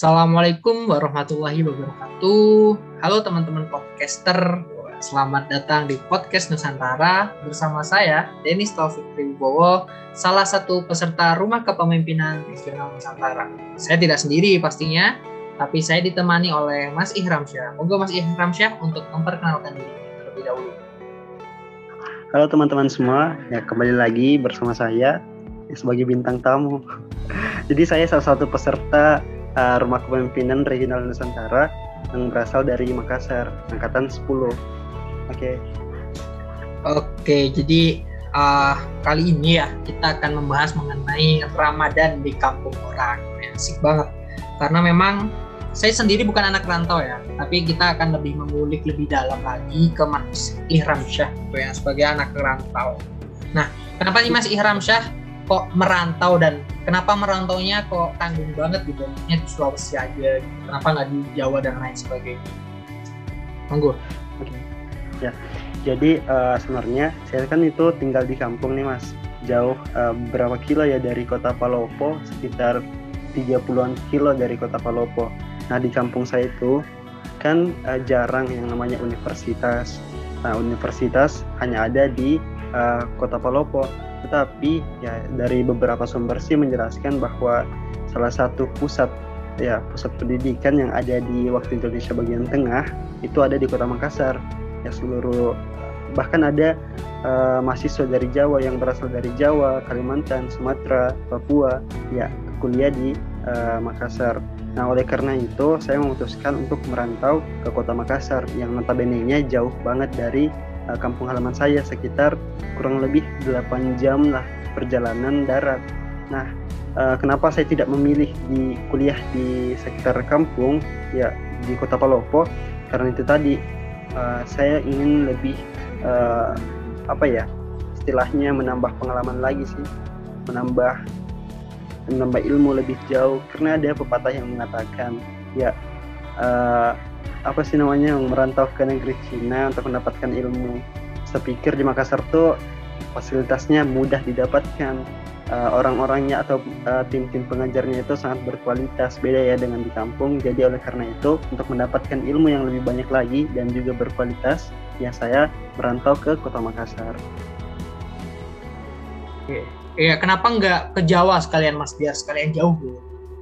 Assalamualaikum warahmatullahi wabarakatuh. Halo teman-teman podcaster, selamat datang di Podcast Nusantara bersama saya, Denis Taufik Triwibowo, salah satu peserta Rumah Kepemimpinan Regional Nusantara. Saya tidak sendiri pastinya, tapi saya ditemani oleh Mas Ihram Syah. Monggo Mas Ihram Syah untuk memperkenalkan diri terlebih dahulu. Halo teman-teman semua, kembali lagi bersama saya sebagai bintang tamu. Jadi saya salah satu peserta Rumah Kepemimpinan Regional Nusantara yang berasal dari Makassar, angkatan 10. Oke, jadi kali ini ya kita akan membahas mengenai Ramadan di kampung orang. Asik banget, karena memang saya sendiri bukan anak rantau ya, tapi kita akan lebih mengulik lebih dalam lagi ke Mas Ihram Syah yang sebagai anak rantau. Nah, kenapa nih Mas Ihram Syah kok merantau dan kenapa merantaunya kok tanggung banget gitu? Di Sulawesi aja, kenapa nggak di Jawa dan lain sebagainya? Monggo. Oke. Ya, jadi sebenarnya saya kan itu tinggal di kampung nih Mas, jauh berapa kilo ya dari kota Palopo, sekitar 30-an kilo dari kota Palopo. Nah di kampung saya itu kan jarang yang namanya universitas. Nah universitas hanya ada di kota Palopo. Tetapi ya dari beberapa sumber sih menjelaskan bahwa salah satu pusat pendidikan yang ada di waktu Indonesia bagian tengah itu ada di Kota Makassar. Ya seluruh bahkan ada mahasiswa dari Jawa yang berasal dari Jawa, Kalimantan, Sumatera, Papua ya kuliah di Makassar. Nah oleh karena itu saya memutuskan untuk merantau ke Kota Makassar yang notabene-nya jauh banget dari kampung halaman saya, sekitar kurang lebih 8 jam lah perjalanan darat. Nah, kenapa saya tidak memilih di kuliah di sekitar kampung, ya di Kota Palopo? Karena itu tadi, saya ingin lebih, istilahnya menambah pengalaman lagi sih, menambah ilmu lebih jauh. Karena ada pepatah yang mengatakan, merantau ke negeri Cina untuk mendapatkan ilmu. Saya pikir di Makassar tuh fasilitasnya mudah didapatkan, orang-orangnya atau tim-tim pengajarnya itu sangat berkualitas, beda ya dengan di kampung. Jadi oleh karena itu untuk mendapatkan ilmu yang lebih banyak lagi dan juga berkualitas, ya saya merantau ke Kota Makassar. Oke. Iya, kenapa nggak ke Jawa sekalian Mas, biar sekalian jauh dulu?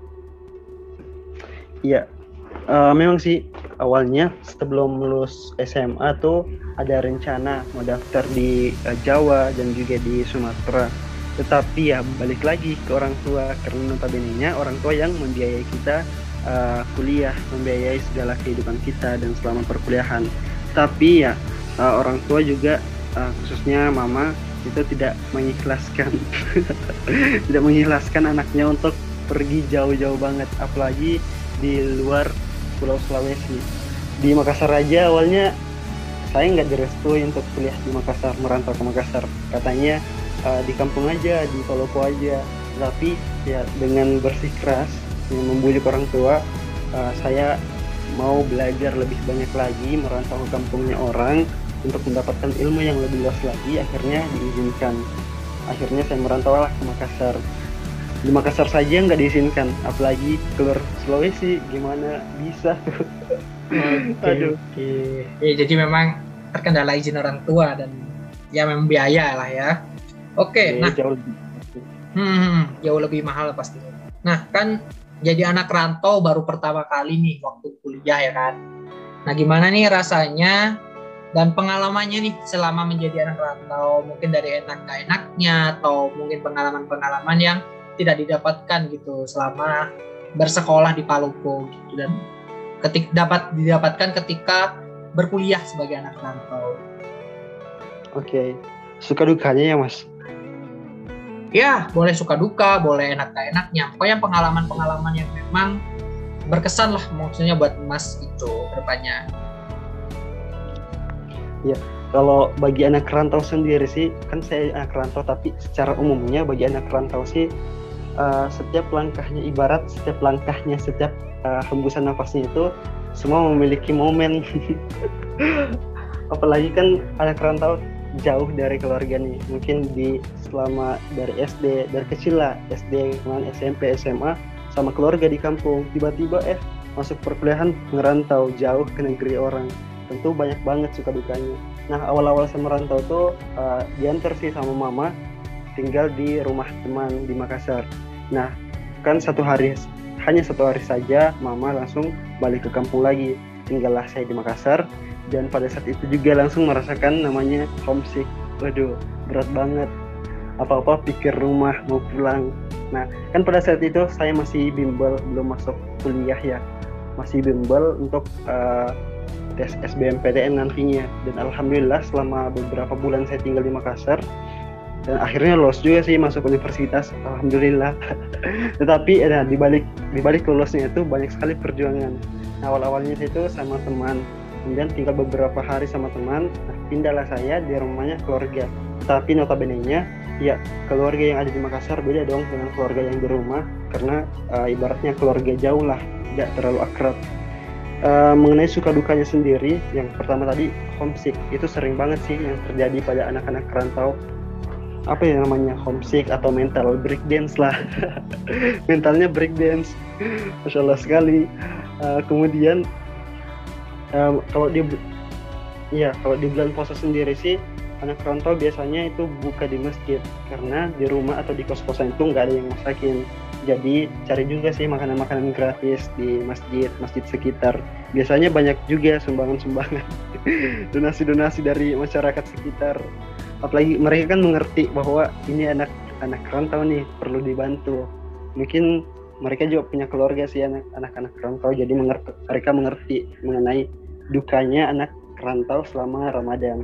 Iya. Memang sih awalnya sebelum lulus SMA tuh ada rencana mau daftar di Jawa dan juga di Sumatera. Tetapi ya balik lagi ke orang tua, karena notabene-nya orang tua yang membiayai kita kuliah, membiayai segala kehidupan kita dan selama perkuliahan. Tapi ya orang tua juga khususnya mama itu tidak mengikhlaskan tidak mengikhlaskan anaknya untuk pergi jauh-jauh banget, apalagi di luar Pulau Sulawesi. Di Makassar aja awalnya saya nggak direstui untuk kuliah di Makassar, merantau ke Makassar. Katanya di kampung aja, di Palopo aja. Tapi ya dengan bersikeras membujuk orang tua, saya mau belajar lebih banyak lagi, merantau ke kampungnya orang untuk mendapatkan ilmu yang lebih luas lagi. Akhirnya diizinkan. Akhirnya saya merantau lah ke Makassar. Di Makassar saja nggak diizinkan, apalagi keluar Sulawesi, gimana bisa? Aduh. Ya, jadi memang terkendala izin orang tua dan ya memang biaya lah ya. Oke, nah jauh lebih mahal pasti. Nah kan jadi anak rantau baru pertama kali nih waktu kuliah ya kan. Nah gimana nih rasanya dan pengalamannya nih selama menjadi anak rantau, mungkin dari enak gak enaknya atau mungkin pengalaman-pengalaman yang tidak didapatkan gitu selama bersekolah di Palopo gitu, dan dapat didapatkan ketika berkuliah sebagai anak rantau. Oke. Suka dukanya ya Mas? Ya boleh suka duka, boleh enak gak enaknya, pokoknya pengalaman-pengalaman yang memang berkesan lah maksudnya buat Mas itu kedepannya. Ya, kalau bagi anak rantau sendiri sih, kan saya anak rantau, tapi secara umumnya bagi anak rantau sih setiap langkahnya, ibarat setiap langkahnya, setiap hembusan nafasnya itu semua memiliki momen. Apalagi kan anak rantau jauh dari keluarga nih, mungkin selama dari SD, dari kecil lah, SD, SMP, SMA, sama keluarga di kampung, tiba-tiba masuk perkuliahan ngerantau jauh ke negeri orang. Tentu banyak banget suka dukanya. Nah, awal-awal saya merantau tuh diantar sih sama mama, tinggal di rumah teman di Makassar. Nah, kan hanya satu hari saja mama langsung balik ke kampung lagi. Tinggallah saya di Makassar, dan pada saat itu juga langsung merasakan namanya homesick. Waduh, berat banget. Apa-apa pikir rumah, mau pulang. Nah, kan pada saat itu saya masih bimbel, belum masuk kuliah ya. Masih bimbel untuk tes SBMPTN nantinya. Dan alhamdulillah selama beberapa bulan saya tinggal di Makassar, dan akhirnya lolos juga sih masuk universitas, alhamdulillah. Tetapi di balik lolosnya itu banyak sekali perjuangan. Nah, awal-awalnya itu sama teman, kemudian tinggal beberapa hari sama teman. Nah, pindahlah saya di rumahnya keluarga. Tapi notabene-nya ya keluarga yang ada di Makassar beda dong dengan keluarga yang di rumah, karena ibaratnya keluarga jauh lah, tidak terlalu akrab. Mengenai suka dukanya sendiri, yang pertama tadi homesick, itu sering banget sih yang terjadi pada anak-anak rantau. Apa ya namanya, homesick atau mental breakdance lah. Mentalnya breakdance, Masya Allah sekali. Kemudian kalau di bulan puasa sendiri sih, anak rantau biasanya itu buka di masjid, karena di rumah atau di kos-kosan itu nggak ada yang masakin. Jadi cari juga sih makanan-makanan gratis di masjid sekitar. Biasanya banyak juga sumbangan-sumbangan, donasi-donasi dari masyarakat sekitar. Apalagi mereka kan mengerti bahwa ini anak rantau nih, perlu dibantu. Mungkin mereka juga punya keluarga sih, anak-anak rantau, jadi mereka mengerti mengenai dukanya anak rantau selama Ramadan.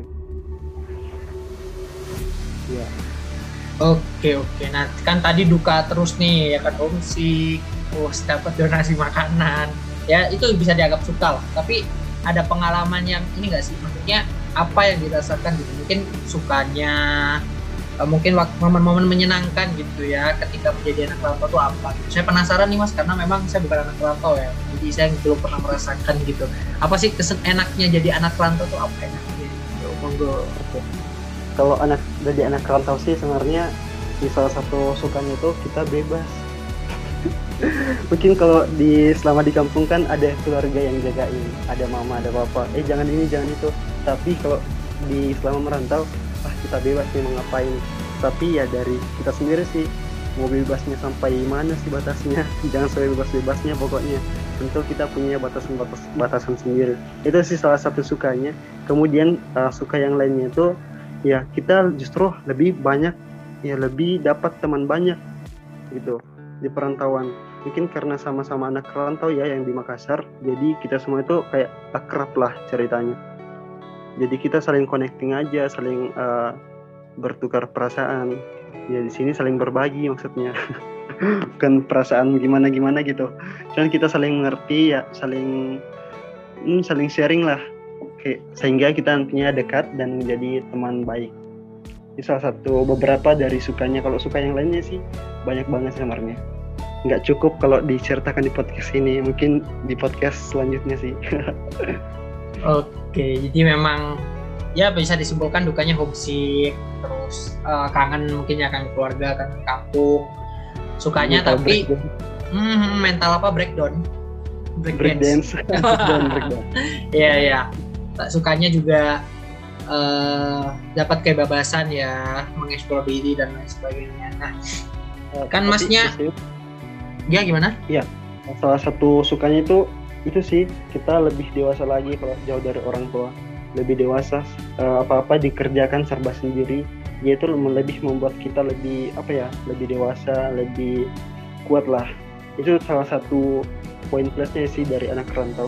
Ya. Oke. Nah, kan tadi duka terus nih ya kan, homesick, terus dapat donasi makanan. Ya, itu bisa dianggap suka lah. Tapi ada pengalaman yang ini nggak sih? Maksudnya apa yang dirasakan gitu? Mungkin sukanya, mungkin momen-momen menyenangkan gitu ya ketika menjadi anak rantau itu apa? Saya penasaran nih Mas, karena memang saya bukan anak rantau ya. Jadi saya belum pernah merasakan gitu. Apa sih enaknya jadi anak rantau itu apa enaknya? Monggo. Kalau jadi anak rantau sih sebenarnya di salah satu sukanya itu kita bebas. Mungkin kalau selama di kampung kan ada keluarga yang jagain, ada mama, ada papa, jangan ini, jangan itu. Tapi kalau selama merantau, kita bebas nih mau ngapain. Tapi ya dari kita sendiri sih, mau bebasnya sampai mana sih batasnya. Jangan sampai bebas-bebasnya pokoknya. Tentu kita punya batasan sendiri. Itu sih salah satu sukanya. Kemudian suka yang lainnya itu, ya kita justru lebih dapat teman banyak gitu di perantauan. Mungkin karena sama-sama anak rantau ya yang di Makassar, jadi kita semua itu kayak akrab lah ceritanya. Jadi kita saling connecting aja, saling bertukar perasaan. Ya di sini saling berbagi maksudnya. Bukan perasaan gimana gitu. Cuman kita saling mengerti ya, saling sharing lah. Sehingga kita nantinya dekat dan menjadi teman baik. Ini salah satu beberapa dari sukanya. Kalau suka yang lainnya sih banyak banget sebenarnya. Nggak cukup kalau diceritakan di podcast ini, mungkin di podcast selanjutnya sih. Oke, jadi memang ya bisa disimpulkan dukanya homesick, terus kangen mungkin ya kan keluarga, kan kampung. Sukanya mental tapi mental apa breakdance. Iya. Sukanya juga dapat kebebasan ya, mengeksplor diri dan lain sebagainya. Nah, kan masnya ya gimana? Iya, salah satu sukanya itu sih kita lebih dewasa lagi kalau jauh dari orang tua, lebih dewasa, apa-apa dikerjakan serba sendiri. Dia itu lebih membuat kita lebih lebih dewasa, lebih kuat lah. Itu salah satu poin plusnya sih dari anak rantau.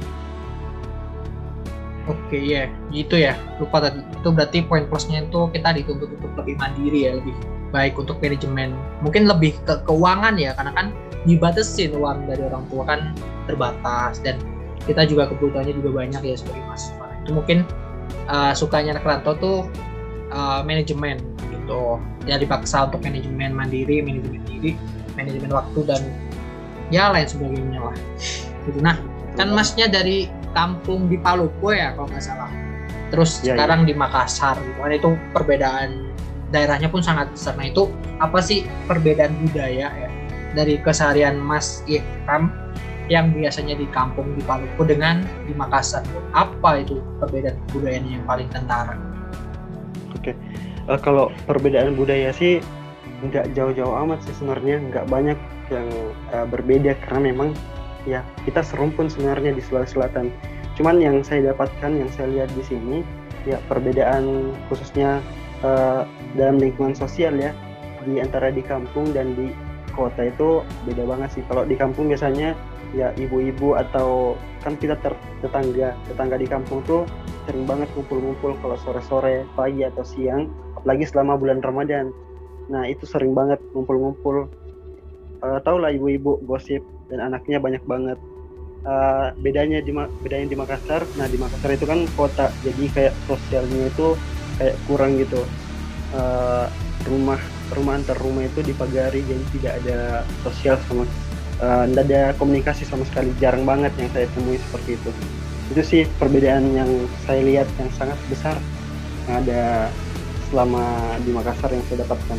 Oke, ya, gitu ya. Lupa tadi. Itu berarti poin plusnya itu kita dituntut untuk lebih mandiri ya, lebih baik untuk manajemen. Mungkin lebih ke keuangan ya, karena kan dibatasin uang dari orang tua kan terbatas, dan kita juga kebutuhannya juga banyak ya sebagai mahasiswa. Itu mungkin sukanya anak rantau tuh manajemen gitu. Ya dipaksa untuk manajemen mandiri, manajemen diri, manajemen waktu, dan ya lain sebagainya lah. Gitu. Nah, kan masnya dari kampung di Palopo ya kalau nggak salah. Terus sekarang di Makassar gitu. Kan itu perbedaan daerahnya pun sangat besar. Nah, itu apa sih perbedaan budaya ya dari keseharian Mas Ikram yang biasanya di kampung di Paluku dengan di Makassar. Apa itu perbedaan budayanya yang paling kentara? Oke, kalau perbedaan budaya sih nggak jauh-jauh amat sih sebenarnya, nggak banyak yang berbeda karena memang ya kita serumpun sebenarnya di Sulawesi Selatan. Cuman yang saya dapatkan, yang saya lihat di sini ya perbedaan khususnya dalam lingkungan sosial ya di antara di kampung dan di kota itu beda banget sih. Kalau di kampung biasanya ya ibu-ibu atau kan kita tetangga di kampung tuh sering banget ngumpul-ngumpul kalau sore-sore, pagi atau siang, apalagi selama bulan Ramadan. Nah itu sering banget ngumpul-ngumpul. Tau lah ibu-ibu gosip dan anaknya banyak banget. Bedanya di Makassar. Nah di Makassar itu kan kota, jadi kayak sosialnya itu kayak kurang gitu. Rumah antar rumah itu dipagari, jadi tidak ada sosial sama tidak ada komunikasi sama sekali, jarang banget yang saya temui seperti itu. Itu sih perbedaan yang saya lihat yang sangat besar yang ada selama di Makassar yang saya dapatkan.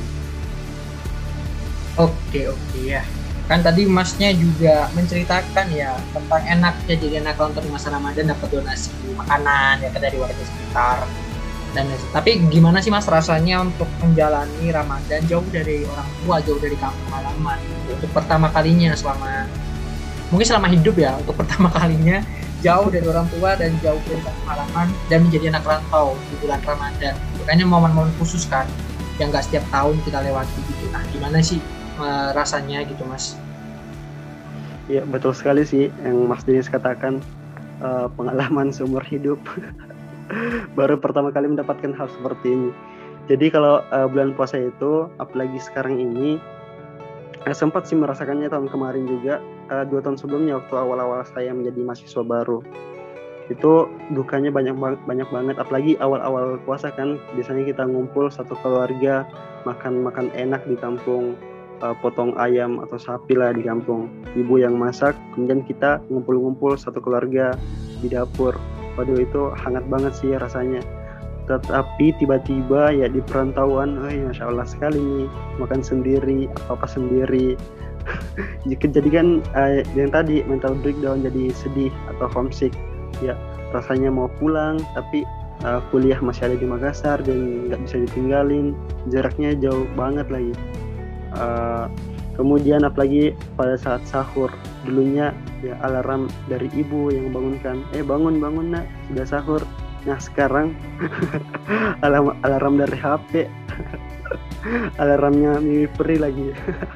Oke ya. Kan tadi Masnya juga menceritakan ya tentang enaknya jadi anak rantau di masa Ramadan dapat donasi makanan ya dari warga sekitar. Tapi gimana sih Mas rasanya untuk menjalani Ramadan jauh dari orang tua, jauh dari kampung halaman untuk pertama kalinya mungkin selama hidup ya, untuk pertama kalinya jauh dari orang tua dan jauh dari kampung halaman dan menjadi anak rantau di bulan Ramadan. Makanya momen-momen khusus kan yang nggak setiap tahun kita lewati gitu. Nah gimana sih rasanya gitu Mas? Ya betul sekali sih yang Mas Denis katakan, pengalaman seumur hidup. Baru pertama kali mendapatkan hal seperti ini. Jadi kalau bulan puasa itu, apalagi sekarang ini, sempat sih merasakannya tahun kemarin juga, 2 tahun sebelumnya waktu awal-awal saya menjadi mahasiswa baru. Itu dukanya banyak banget, apalagi awal-awal puasa kan, biasanya kita ngumpul satu keluarga, makan enak di kampung, potong ayam atau sapi lah di kampung. Ibu yang masak, kemudian kita ngumpul-ngumpul satu keluarga di dapur. Waduh itu hangat banget sih rasanya. Tetapi tiba-tiba ya di perantauan, Masya Allah sekali nih, makan sendiri, apa-apa sendiri. Jadi kan yang tadi mental breakdown, jadi sedih atau homesick. Ya rasanya mau pulang, tapi kuliah masih ada di Makassar dan nggak bisa ditinggalin, jaraknya jauh banget lagi. Kemudian apalagi pada saat sahur, dulunya ya alarm dari ibu yang bangunkan, bangun nak, sudah sahur. Nah sekarang alarm dari HP, alarmnya Mimi Peri lagi.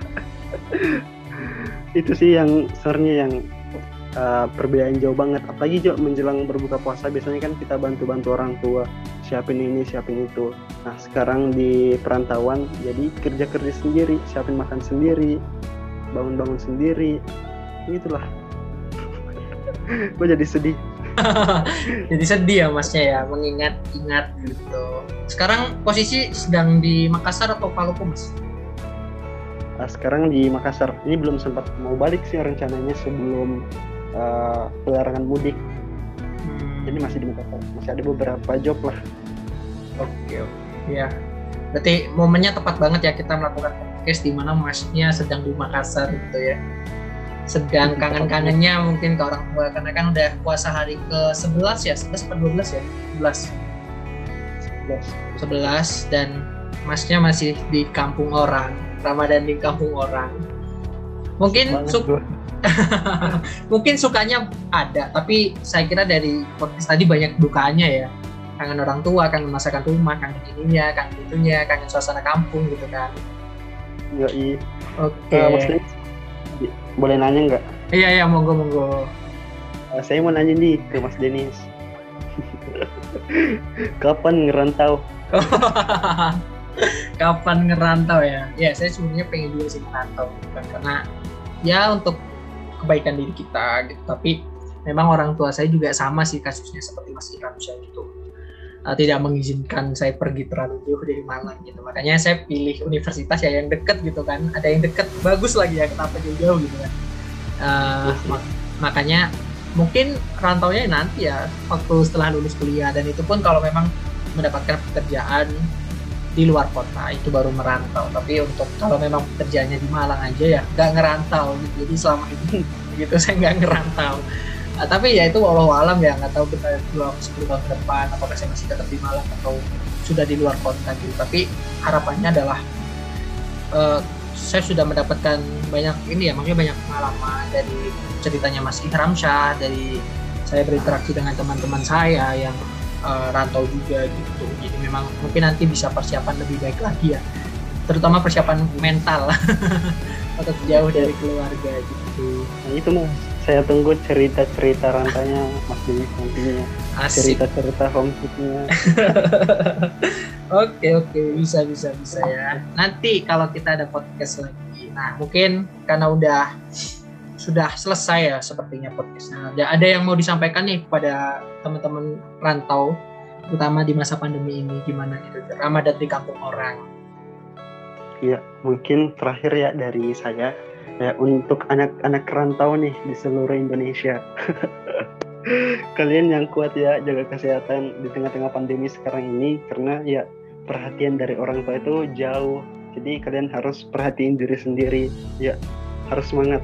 Itu sih yang sebenarnya yang perbedaan jauh banget. Apalagi juga menjelang berbuka puasa biasanya kan kita bantu orang tua, siapin ini siapin itu. Nah sekarang di perantauan jadi kerja sendiri, siapin makan sendiri, bangun sendiri, itulah. Gue jadi sedih. Jadi sedih ya Masnya ya, mengingat-ingat gitu. Sekarang posisi sedang di Makassar atau Paluku Mas? Sekarang di Makassar. Ini belum sempat mau balik sih rencananya sebelum pelarangan mudik. Jadi masih di Makassar. Masih ada beberapa job lah. Oke. Ya. Berarti momennya tepat banget ya kita melakukan podcast di mana Masnya sedang di Makassar gitu ya. Sedang kangen-kangennya mungkin ke orang tua karena kan udah puasa hari ke-11 ya, 11 atau 12 ya? 11 dan Masnya masih di kampung orang, Ramadan di kampung orang. Mungkin mungkin sukanya ada, tapi saya kira dari podcast tadi banyak dukanya ya. Kangen orang tua, kangen masakan rumah, kangen ininya, kangen itunya, kangen suasana kampung gitu kan. Yoi. Oke. Boleh nanya nggak? Iya, monggo. Saya mau nanya nih ke Mas Denis. Kapan ngerantau? Kapan ngerantau ya? Ya, saya sebenarnya pengen juga sih ngerantau, bukan karena ya untuk kebaikan diri kita gitu. Tapi memang orang tua saya juga sama sih kasusnya seperti Mas Ikram gitu. Tidak mengizinkan saya pergi terlalu jauh dari Malang gitu. Makanya saya pilih universitas ya yang dekat gitu kan. Ada yang dekat bagus lagi ya, kenapa jauh-jauh gitu kan. Makanya mungkin rantaunya nanti ya waktu setelah lulus kuliah, dan itu pun kalau memang mendapatkan pekerjaan di luar kota itu baru merantau. Tapi untuk kalau memang pekerjaannya di Malang aja ya nggak ngerantau gitu. Jadi selama ini gitu saya nggak ngerantau. Tapi ya itu wallahualam ya, nggak tahu kita 10 tahun ke depan apakah saya masih tetap di Malang atau sudah di luar kota gitu. Tapi harapannya adalah saya sudah mendapatkan banyak ini ya, maksudnya banyak pengalaman dari ceritanya Mas Ihram Syah, dari saya berinteraksi dengan teman-teman saya yang rantau juga gitu. Jadi memang mungkin nanti bisa persiapan lebih baik lagi ya, terutama persiapan mental untuk jauh dari keluarga gitu. Nah itu Mas, saya tunggu cerita-cerita rantanya Mas Dewi nantinya. Cerita-cerita homesicknya. Oke, bisa ya. Nanti kalau kita ada podcast lagi, nah mungkin karena sudah selesai ya sepertinya podcastnya. Ada yang mau disampaikan nih kepada teman-teman rantau, terutama di masa pandemi ini, gimana gitu Ramadan di kampung orang? Ya mungkin terakhir ya dari saya ya, untuk anak-anak rantau nih di seluruh Indonesia. Kalian yang kuat ya, jaga kesehatan di tengah-tengah pandemi sekarang ini, karena ya perhatian dari orang tua itu jauh. Jadi kalian harus perhatiin diri sendiri. Ya, harus semangat.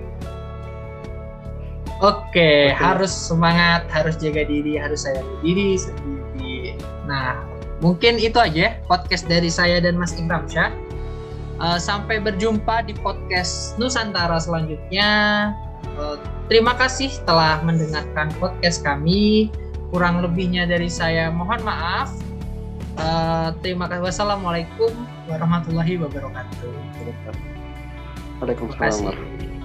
Oke, harus semangat, harus jaga diri, harus sayangi diri sendiri. Nah, mungkin itu aja podcast dari saya dan Mas Ihram Syah. Sampai berjumpa di podcast Nusantara selanjutnya. Terima kasih telah mendengarkan podcast kami. Kurang lebihnya dari saya mohon maaf. Terima kasih. Wassalamualaikum warahmatullahi wabarakatuh. Waalaikumsalam.